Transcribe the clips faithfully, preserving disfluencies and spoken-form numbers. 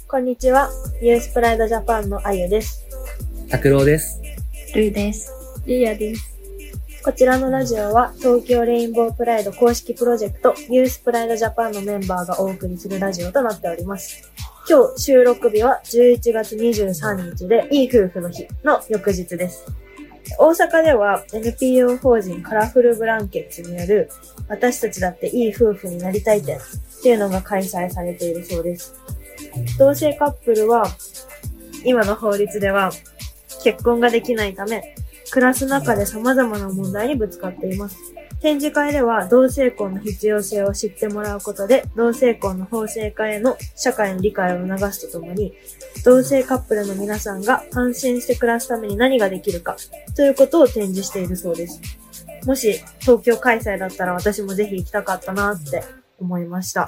こんにちは。ユースプライドジャパンのあゆです。 拓郎です。 ルーです。 リーヤです。 こちらのラジオは東京レインボープライド公式プロジェクトユースプライドジャパンのメンバーがお送りするラジオとなっております。今日収録日はじゅういちがつにじゅうさんにちでいい夫婦の日の翌日です。大阪では エヌピーオー 法人カラフルブランケッツによる私たちだっていい夫婦になりたい展っていうのが開催されているそうです。同性カップルは今の法律では結婚ができないため暮らす中で様々な問題にぶつかっています。展示会では同性婚の必要性を知ってもらうことで同性婚の法制化への社会の理解を促すとともに同性カップルの皆さんが安心して暮らすために何ができるかということを展示しているそうです。もし東京開催だったら私もぜひ行きたかったなって思いました。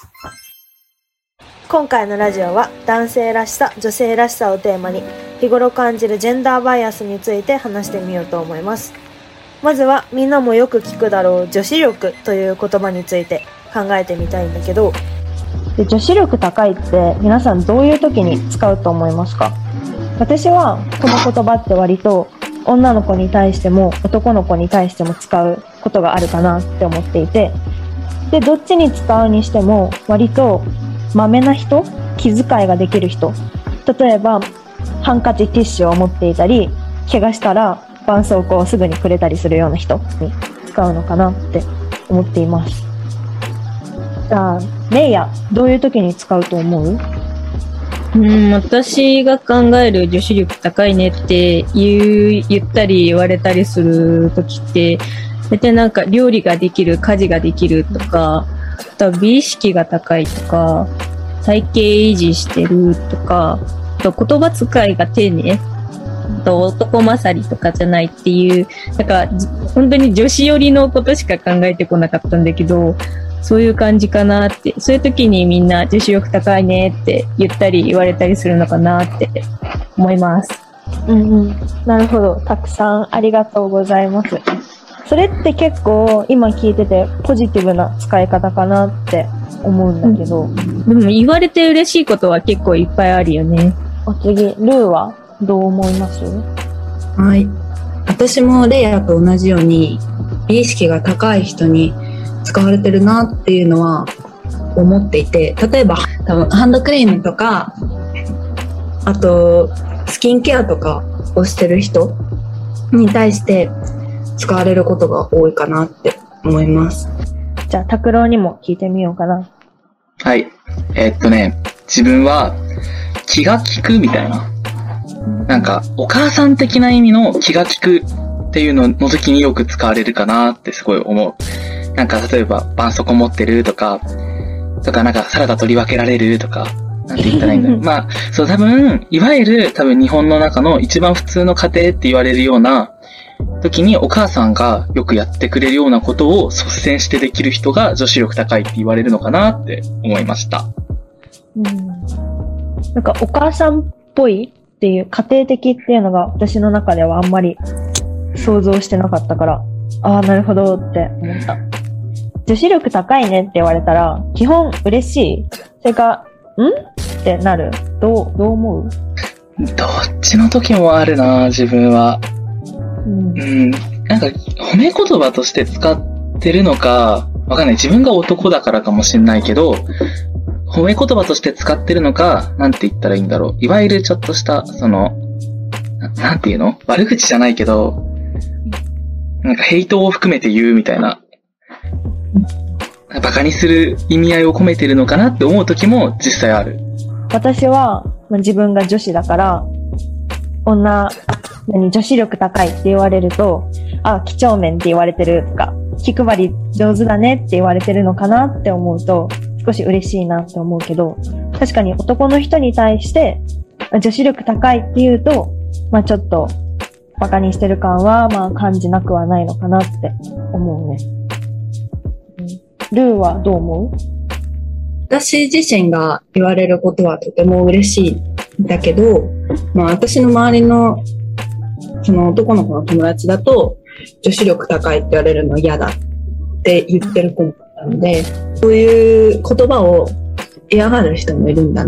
今回のラジオは男性らしさ、女性らしさをテーマに日頃感じるジェンダーバイアスについて話してみようと思います。まずはみんなもよく聞くだろう女子力という言葉について考えてみたいんだけど、で女子力高いって皆さんどういう時に使うと思いますか？私はこの言葉って割と女の子に対しても男の子に対しても使うことがあるかなって思っていて、でどっちに使うにしても割とまめな人、気遣いができる人、例えばハンカチ、ティッシュを持っていたり怪我したら絆創膏をすぐにくれたりするような人に使うのかなって思っています。じゃあレイヤ、どういう時に使うと思う？ うん、私が考える女子力高いねって言う、言ったり言われたりする時って大体なんか料理ができる、家事ができるとか、あとは美意識が高いとか、体型維持してるとか、あと言葉遣いが丁寧、あと男勝りとかじゃないっていう、なんか本当に女子寄りのことしか考えてこなかったんだけど、そういう感じかなって、そういう時にみんな女子力高いねって言ったり言われたりするのかなって思います。 うんうん、なるほど。たくさんありがとうございます。それって結構今聞いててポジティブな使い方かなって思うんだけど、うん、 でも言われて嬉しいことは結構いっぱいあるよね。 お次、ルーはどう思います？ はい。私もレイヤーと同じように美意識が高い人に使われてるなっていうのは思っていて、例えば多分ハンドクリームとか、あとスキンケアとかをしてる人に対して使われることが多いかなって思います。 じゃあ拓郎にも聞いてみようかな。 はい。えー、っとね、自分は気が利くみたいな。なんかお母さん的な意味の気が利くっていうのの時によく使われるかなってすごい思う。なんか例えば絆創膏持ってるとか、とかなんかサラダ取り分けられるとか、なんて言ったらいいんだろう。まあ、そう多分、いわゆる多分日本の中の一番普通の家庭って言われるような時にお母さんがよくやってくれるようなことを率先してできる人が女子力高いって言われるのかなって思いました。 うん、なんかお母さんっぽいっていう家庭的っていうのが私の中ではあんまり想像してなかったから、ああなるほどって思った。女子力高いねって言われたら基本嬉しい。それかんってなる。どうどう思う？ どっちの時もあるな自分は。うん、うん、なんか褒め言葉として使ってるのかわかんない。自分が男だからかもしれないけど、褒め言葉として使ってるのか、なんて言ったらいいんだろう。いわゆるちょっとしたその な, なんていうの？悪口じゃないけど、なんかヘイトを含めて言うみたいな。バカにする意味合いを込めてるのかなって思う時も実際ある。 私は、まあ、自分が女子だから女に女子力高いって言われると、あ、几帳面って言われてるとか気配り上手だねって言われてるのかなって思うと少し嬉しいなって思うけど、確かに男の人に対して女子力高いって言うと、まあちょっとバカにしてる感はまあ感じなくはないのかなって思うね。ルーはどう思う？ 私自身が言われることはとても嬉しいんだけど、まあ私の周りのその男の子の友達だと女子力高いって言われるの嫌だって言ってる子もいたので、そういう言葉を嫌がる人もいるんだなっ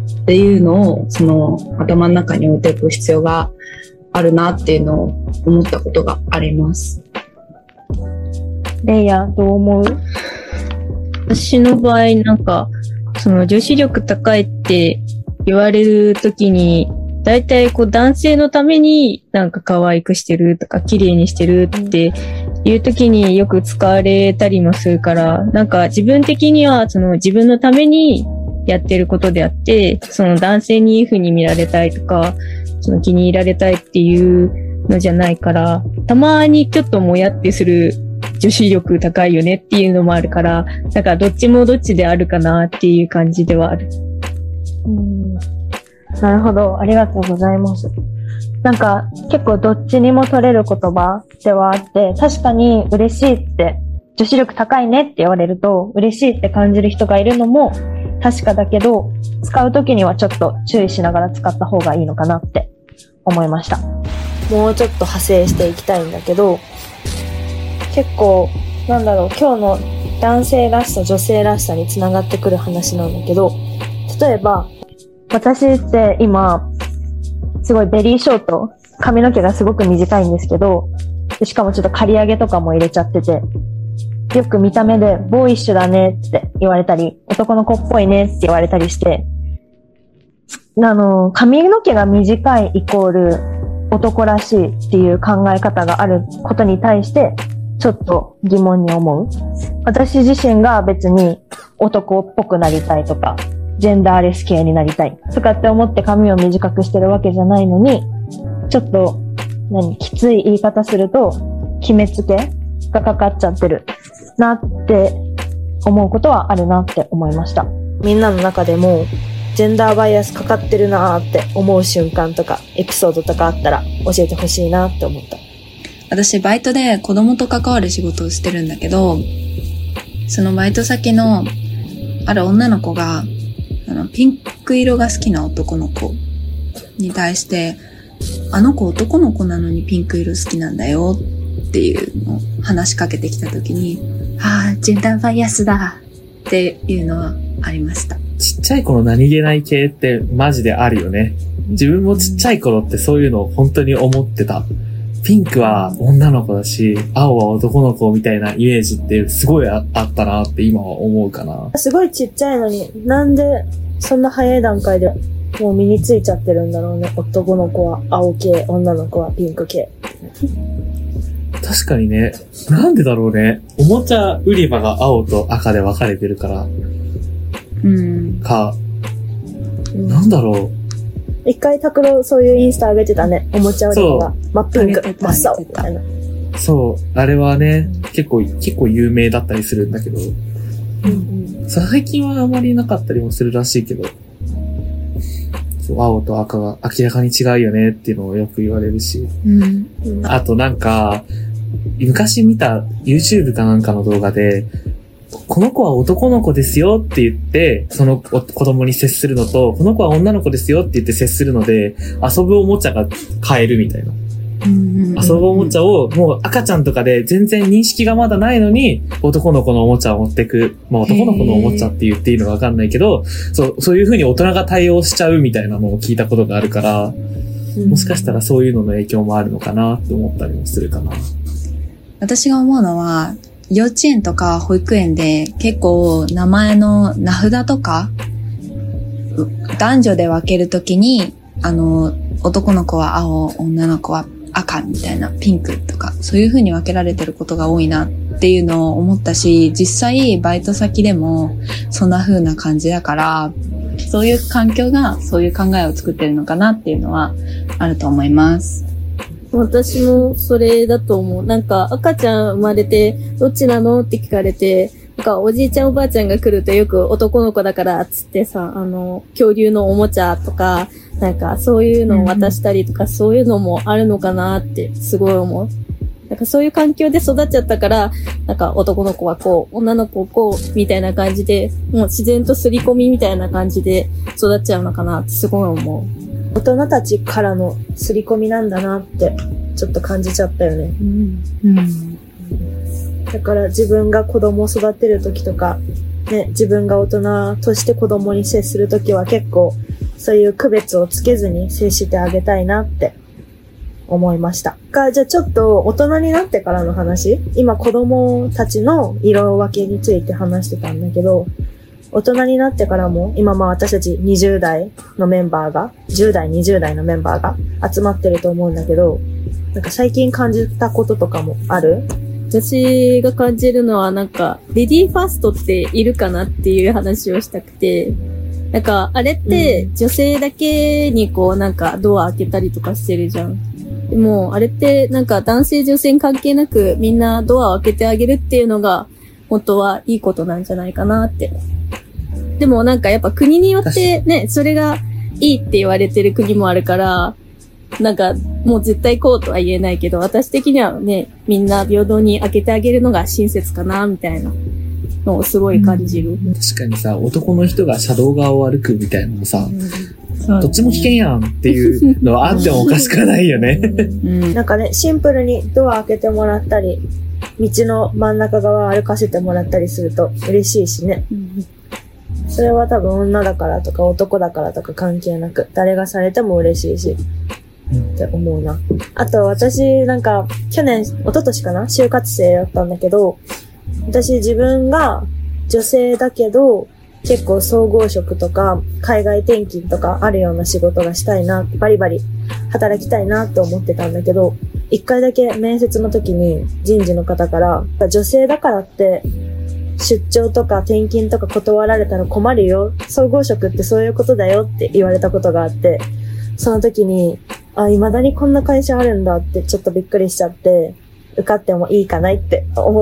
っていうのをその頭の中に置いていく必要があるなっていうのを思ったことがあります。 レイヤどう思う？私の場合なんかその女子力高いって言われるときにだいたいこう男性のためになんか可愛くしてるとか綺麗にしてるっていうときによく使われたりもするから、なんか自分的にはその自分のためにやってることであって、その男性にいい風に見られたいとか、その気に入られたいっていうのじゃないから、たまにちょっともやってする女子力高いよねっていうのもあるから、なんかどっちもどっちであるかなっていう感じではある。 うん、なるほど。ありがとうございます。なんか結構どっちにも取れる言葉ではあって、確かに嬉しいって、女子力高いねって言われると嬉しいって感じる人がいるのも確かだけど、使うときにはちょっと注意しながら使った方がいいのかなって思いました。もうちょっと派生していきたいんだけど、結構なんだろう、今日の男性らしさ女性らしさにつながってくる話なんだけど、例えば私って今すごいベリーショート、髪の毛がすごく短いんですけど、しかもちょっと刈り上げとかも入れちゃってて、よく見た目でボーイッシュだねって言われたり、男の子っぽいねって言われたりして、あの髪の毛が短いイコール男らしいっていう考え方があることに対してちょっと疑問に思う。私自身が別に男っぽくなりたいとかジェンダーレス系になりたいとかって思って髪を短くしてるわけじゃないのに、ちょっと何きつい言い方すると決めつけがかかっちゃってるなって思うことはあるなって思いました。みんなの中でもジェンダーバイアスかかってるなって思う瞬間とかエピソードとかあったら教えてほしいなって思った。 私バイトで子供と関わる仕事をしてるんだけど、そのバイト先のある女の子があのピンク色が好きな男の子に対して、あの子男の子なのにピンク色好きなんだよっていうのを話しかけてきたときに、ああジェンダーバイアスだっていうのはありました。 ちっちゃい頃何気ない系ってマジであるよね。自分もちっちゃい頃ってそういうのを本当に思ってた。ピンクは女の子だし、青は男の子みたいなイメージってすごい あ, あったなって今は思うかな。 すごいちっちゃいのになんでそんな早い段階でもう身についちゃってるんだろうね。男の子は青系、女の子はピンク系。 確かにね。なんでだろうね。おもちゃ売り場が青と赤で分かれてるから。うん。か。うん、なんだろう。 一回拓郎そういうインスタ上げてたね。おもちゃ売り場が真っピンク、真っ青みたいな。 そう。あれはね、結構、結構有名だったりするんだけど。うんうん、最近はあまりなかったりもするらしいけど。そう、青と赤が明らかに違うよねっていうのをよく言われるし。うんうん、あとなんか、昔見た YouTube かなんかの動画で、この子は男の子ですよって言って、その子供に接するのと、この子は女の子ですよって言って接するので、遊ぶおもちゃが買えるみたいな。遊ぶおもちゃをもう赤ちゃんとかで全然認識がまだないのに、男の子のおもちゃを持ってく。まあ男の子のおもちゃって言っていいのかわかんないけど、そう、そういう風に大人が対応しちゃうみたいなのを聞いたことがあるから、もしかしたらそういうのの影響もあるのかなって思ったりもするかな。 私が思うのは、幼稚園とか保育園で結構名前の名札とか男女で分けるときに、あの男の子は青、女の子は赤みたいな、ピンクとかそういう風に分けられてることが多いなっていうのを思ったし、実際バイト先でもそんな風な感じだから、そういう環境がそういう考えを作ってるのかなっていうのはあると思います。 私もそれだと思う。なんか赤ちゃん生まれてどっちなのって聞かれて、なんかおじいちゃんおばあちゃんが来るとよく男の子だからっつってさ、あの恐竜のおもちゃとかなんかそういうのを渡したりとか、うん、そういうのもあるのかなってすごい思う。なんかそういう環境で育っちゃったから、なんか男の子はこう、女の子こうみたいな感じで、もう自然と刷り込みみたいな感じで育っちゃうのかなってすごい思う。 大人たちからの刷り込みなんだなってちょっと感じちゃったよね。うんうん、だから自分が子供を育てる時とかね、自分が大人として子供に接するときは結構そういう区別をつけずに接してあげたいなって思いました。か、じゃあちょっと大人になってからの話、今子供たちの色分けについて話してたんだけど、大人になってからも今まあ私たちにじゅう代のメンバーが、じゅう代、にじゅう代のメンバーが集まってると思うんだけど、なんか最近感じたこととかもある？ 私が感じるのはなんか、レディーファーストっているかなっていう話をしたくて、なんか、あれって女性だけにこうなんかドア開けたりとかしてるじゃん。でも、あれってなんか男性女性関係なくみんなドアを開けてあげるっていうのが本当はいいことなんじゃないかなって。でもなんかやっぱ国によってね、それがいいって言われてる国もあるから、なんかもう絶対こうとは言えないけど、私的にはね、みんな平等に開けてあげるのが親切かなみたいなのをすごい感じる。 確かにさ、男の人が車道側を歩くみたいなのもさ、うん、どっちも危険やんっていうのはあってもおかしくないよね。うん、 なんかね、シンプルにドア開けてもらったり、道の真ん中側を歩かせてもらったりすると嬉しいしね。うん、それは多分女だからとか男だからとか関係なく、誰がされても嬉しいし。って思うな。あと私なんか去年、一昨年かな、就活生だったんだけど、私自分が女性だけど結構総合職とか海外転勤とかあるような仕事がしたいな、バリバリ働きたいなって思ってたんだけど、一回だけ面接の時に人事の方から女性だからって出張とか転勤とか断られたら困るよ、総合職ってそういうことだよって言われたことがあって、その時にあ、未だにこんな会社あるんだってちょっとびっくりしちゃって、受かってもいいかないって思った。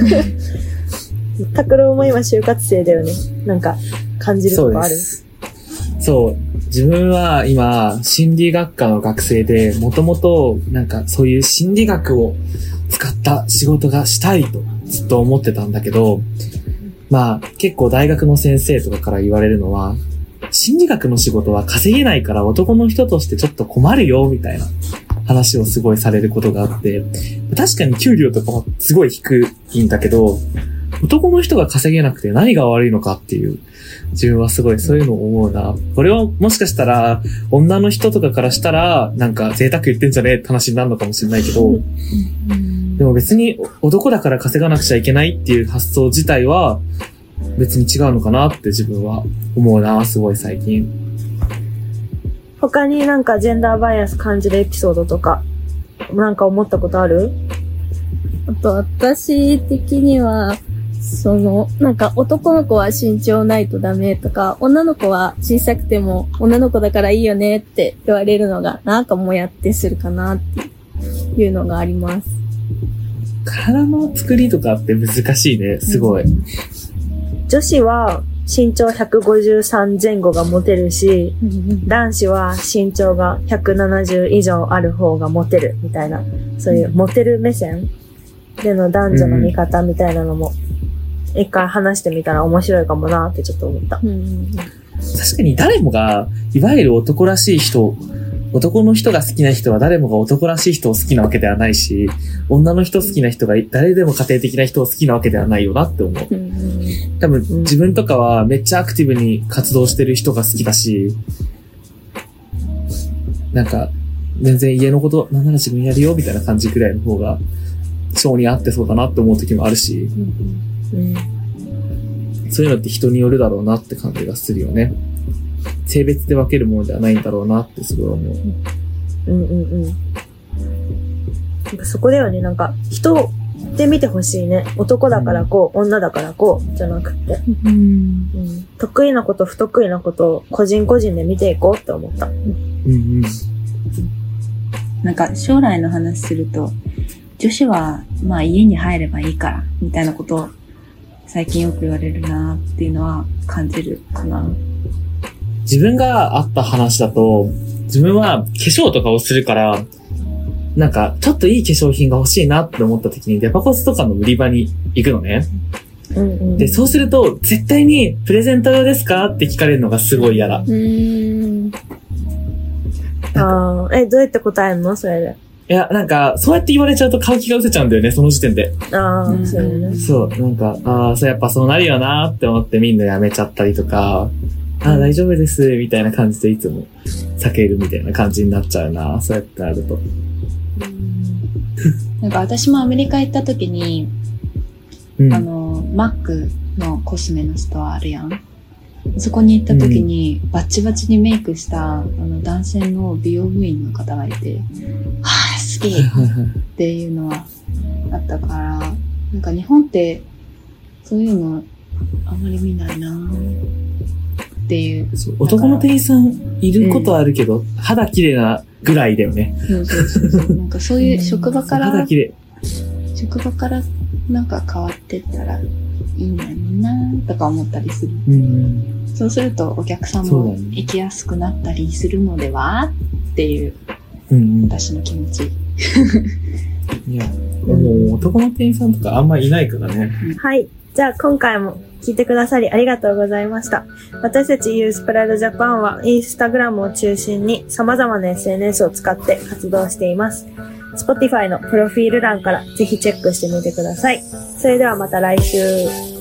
拓郎も今就活生だよね。なんか感じるとこある？ そう。自分は今、心理学科の学生で、もともとなんかそういう心理学を使った仕事がしたいとずっと思ってたんだけど、まあ結構大学の先生とかから言われるのは、心理学の仕事は稼げないから男の人としてちょっと困るよみたいな話をすごいされることがあって、確かに給料とかもすごい低いんだけど、男の人が稼げなくて何が悪いのかっていう、自分はすごいそういうのを思うな。これはもしかしたら女の人とかからしたらなんか贅沢言ってんじゃねえって話になるのかもしれないけど、でも別に男だから稼がなくちゃいけないっていう発想自体は別に違うのかなって自分は思うな、すごい最近。 他になんかジェンダーバイアス感じるエピソードとか、なんか思ったことある？ あと私的には、その、なんか男の子は身長ないとダメとか、女の子は小さくても女の子だからいいよねって言われるのがなんかもやってするかなっていうのがあります。 体の作りとかって難しいね、すごい。うん、 女子は身長ひゃくごじゅうさん前後がモテるし、男子は身長がひゃくななじゅう以上ある方がモテるみたいな、そういうモテる目線での男女の見方みたいなのも一回話してみたら面白いかもなってちょっと思った。 確かに誰もがいわゆる男らしい人、男の人が好きな人は誰もが男らしい人を好きなわけではないし、女の人好きな人が誰でも家庭的な人を好きなわけではないよなって思う。多分自分とかはめっちゃアクティブに活動してる人が好きだし、なんか全然家のことなんなら自分やるよみたいな感じくらいの方が性に合ってそうだなって思う時もあるし、そういうのって人によるだろうなって感じがするよね。性別で分けるものではないんだろうなってすごい思う。 うんうんうん。なんかそこだよね、なんか人で見てほしいね。男だからこう、うん、女だからこうじゃなくて、うんうん、得意なこと不得意なことを個人個人で見ていこうって思った。うんうん。 なんか将来の話すると、女子はまあ家に入ればいいからみたいなことを最近よく言われるなっていうのは感じるかな。 自分があった話だと、自分は化粧とかをするから、なんかちょっといい化粧品が欲しいなって思った時にデパコスとかの売り場に行くのね。うんうん、で、そうすると絶対にプレゼント用ですかって聞かれるのがすごい嫌だ。うーん。 ああ、え、どうやって答えるのそれで。 いや、なんか、そうやって言われちゃうと買う気が失せちゃうんだよね、その時点で。 ああ、そうよね。 そう、なんか、ああ、そうやっぱそうなるよなーって思ってみんなやめちゃったりとか、ああ、大丈夫です、みたいな感じでいつも避けるみたいな感じになっちゃうな、そうやってなると。 なんか私もアメリカ行った時に、 うん、 あの、マックのコスメのストアあるやん。そこに行った時に、うん、バッチバチにメイクした、あの、男性の美容部員の方がいて、はぁ、すげえっていうのはあったから、なんか日本って、そういうの、あんまり見ないなっていう。 そう、男の店員さんいることはあるけど、うん、肌綺麗なぐらいだよね。 そうそうそうそう。なんかそういう職場から、 肌綺麗。 職場からなんか変わってったらいいのになとか思ったりする。 うん、 そうするとお客さんも行きやすくなったりするのではっていう、うん、私の気持ち。 いや、もう男の店員さんとかあんまいないからね。 はい。じゃあ今回も聞いてくださりありがとうございました。私たちユースプライドジャパンはインスタグラムを中心に様々な エスエヌエス を使って活動しています。Spotify のプロフィール欄からぜひチェックしてみてください。それではまた来週。